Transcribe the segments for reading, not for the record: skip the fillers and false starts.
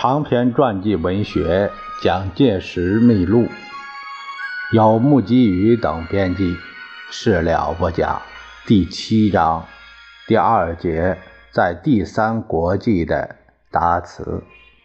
长篇传记文学《蒋介石秘录》，由穆基宇等编辑，事了不讲。第7章第2节，在第三国际的答词。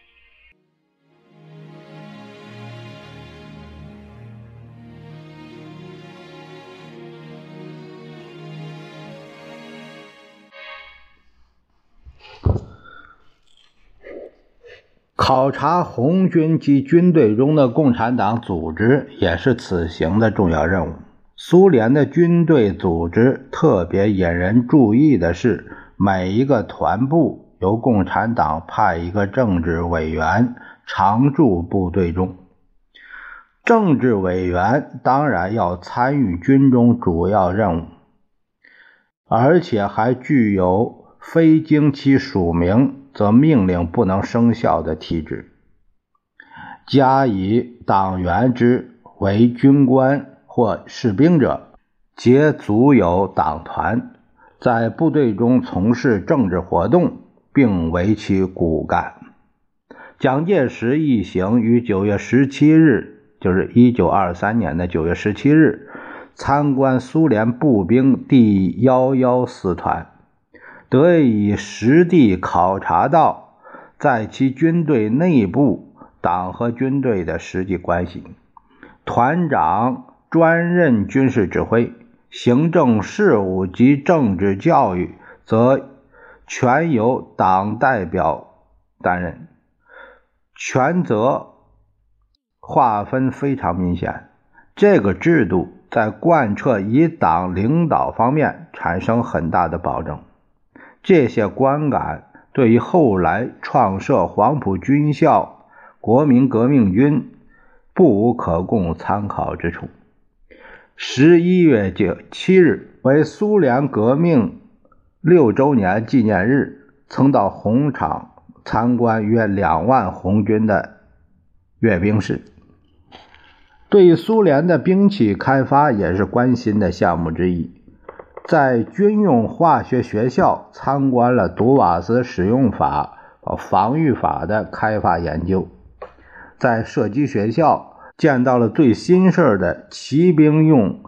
考察红军及军队中的共产党组织也是此行的重要任务。苏联的军队组织特别引人注意的是，每一个团部由共产党派一个政治委员常驻部队中。政治委员当然要参与军中主要任务，而且还具有非经其署名则命令不能生效的体制。加以党员之为军官或士兵者，皆足有党团，在部队中从事政治活动，并为其骨干。蒋介石一行于9月17日，就是1923年的9月17日，参观苏联步兵第114团，得以实地考察到在其军队内部党和军队的实际关系。团长专任军事指挥，行政事务及政治教育则全由党代表担任，权责划分非常明显。这个制度在贯彻以党领导方面产生很大的保证。这些观感对于后来创设黄埔军校、国民革命军不无可供参考之处。11月7日为苏联革命6周年纪念日，曾到红场参观约2万红军的阅兵式。对于苏联的兵器开发也是关心的项目之一。在军用化学学校参观了毒瓦斯使用法和防御法的开发研究，在射击学校见到了最新式的骑兵用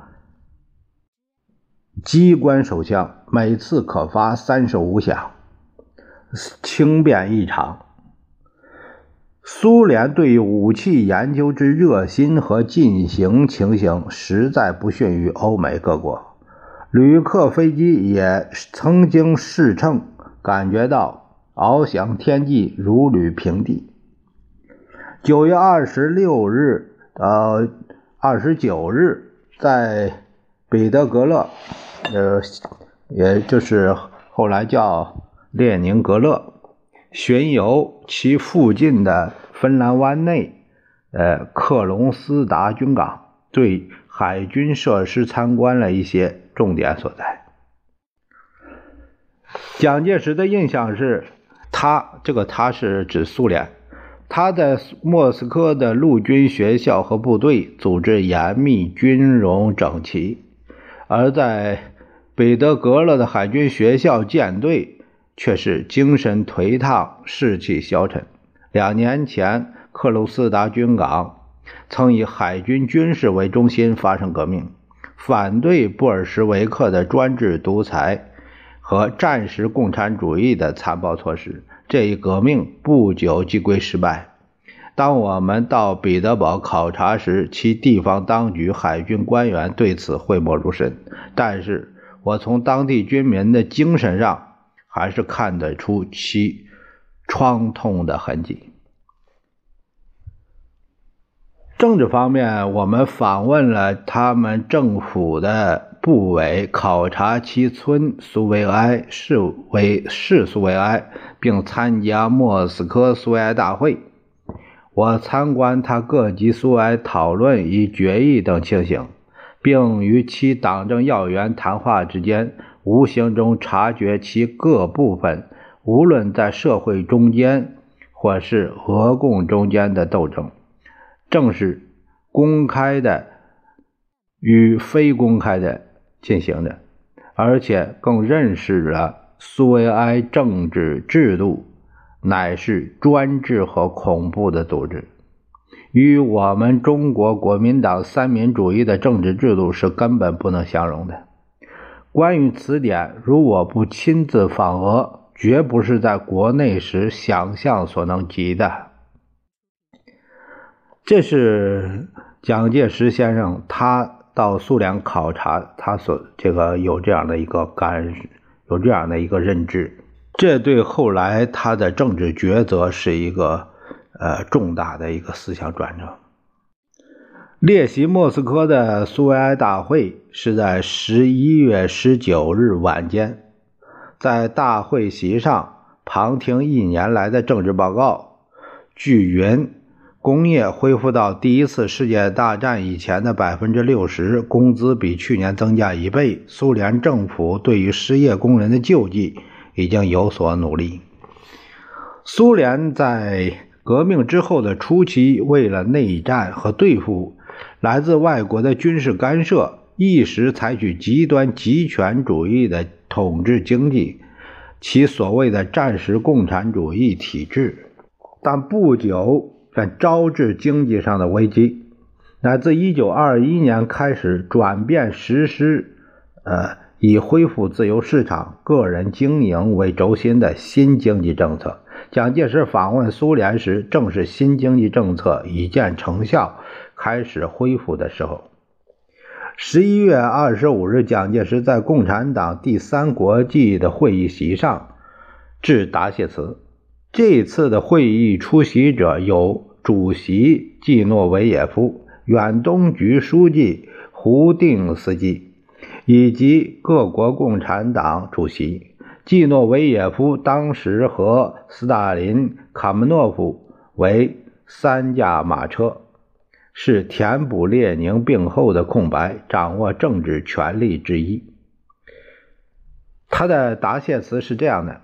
机关手枪，每次可发35响，轻便异常。苏联对于武器研究之热心和进行情形实在不逊于欧美各国。旅客飞机也曾经试乘，感觉到翱翔天际如履平地。9月26日到29日，在彼得格勒，也就是后来叫列宁格勒，巡游其附近的芬兰湾内克隆斯达军港，对海军设施参观了一些重点所在。蒋介石的印象是，他是指苏联，他在莫斯科的陆军学校和部队组织严密，军容整齐，而在彼得格勒的海军学校舰队却是精神颓唐，士气消沉。2年前克鲁斯达军港曾以海军军事为中心发生革命，反对布尔什维克的专制独裁和战时共产主义的残暴措施。这一革命不久即归失败。当我们到彼得堡考察时，其地方当局海军官员对此讳莫如深，但是我从当地军民的精神上还是看得出其创痛的痕迹。政治方面，我们访问了他们政府的部委，考察其村苏维埃市苏维埃，并参加莫斯科苏维埃大会。我参观他各级苏维埃讨论与决议等情形，并与其党政要员谈话之间，无形中察觉其各部分无论在社会中间或是俄共中间的斗争，正是公开的与非公开的进行的，而且更认识了苏维埃政治制度乃是专制和恐怖的组织，与我们中国国民党三民主义的政治制度是根本不能相容的。关于此点，如我不亲自访俄，绝不是在国内时想象所能及的。这是蒋介石先生他到苏联考察，他有这样的一个认知，这对后来他的政治抉择是一个重大的一个思想转折。列席莫斯科的苏维埃大会是在11月19日晚间，在大会席上旁听1年来的政治报告。据云，工业恢复到第一次世界大战以前的 60%， 工资比去年增加1倍，苏联政府对于失业工人的救济已经有所努力。苏联在革命之后的初期，为了内战和对付来自外国的军事干涉，一时采取极端极权主义的统治经济，其所谓的战时共产主义体制，但不久便招致经济上的危机，乃自1921年开始转变实施以恢复自由市场、个人经营为轴心的新经济政策。蒋介石访问苏联时，正是新经济政策已见成效，开始恢复的时候。11月25日，蒋介石在共产党第三国际的会议席上致答谢词。这次的会议出席者有主席季诺维也夫、远东局书记胡定斯基以及各国共产党主席。季诺维也夫当时和斯大林、卡门诺夫为3驾马车，是填补列宁病后的空白、掌握政治权力之一。他的答谢词是这样的：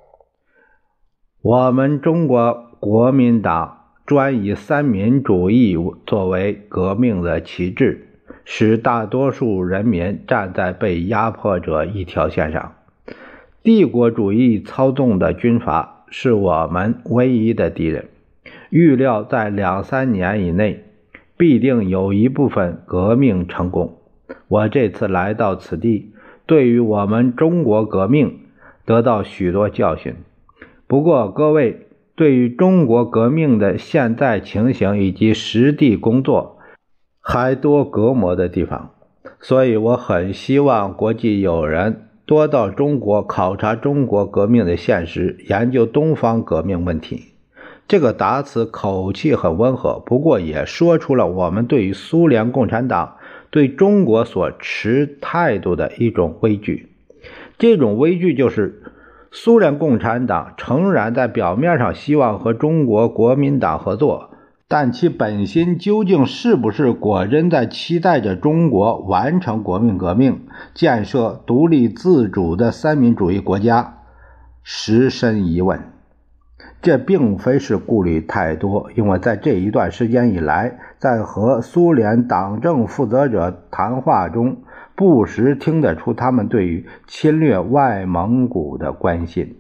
我们中国国民党专以三民主义作为革命的旗帜，使大多数人民站在被压迫者一条线上。帝国主义操纵的军阀是我们唯一的敌人，预料在2-3年以内必定有一部分革命成功。我这次来到此地，对于我们中国革命得到许多教训。不过各位对于中国革命的现在情形以及实地工作还多隔膜的地方，所以我很希望国际友人多到中国考察中国革命的现实，研究东方革命问题。这个答词口气很温和，不过也说出了我们对于苏联共产党对中国所持态度的一种畏惧。这种畏惧就是苏联共产党诚然在表面上希望和中国国民党合作，但其本心究竟是不是果真在期待着中国完成国民革命，建设独立自主的三民主义国家，实深疑问。这并非是顾虑太多，因为在这一段时间以来，在和苏联党政负责者谈话中，不时听得出他们对于侵略外蒙古的关心。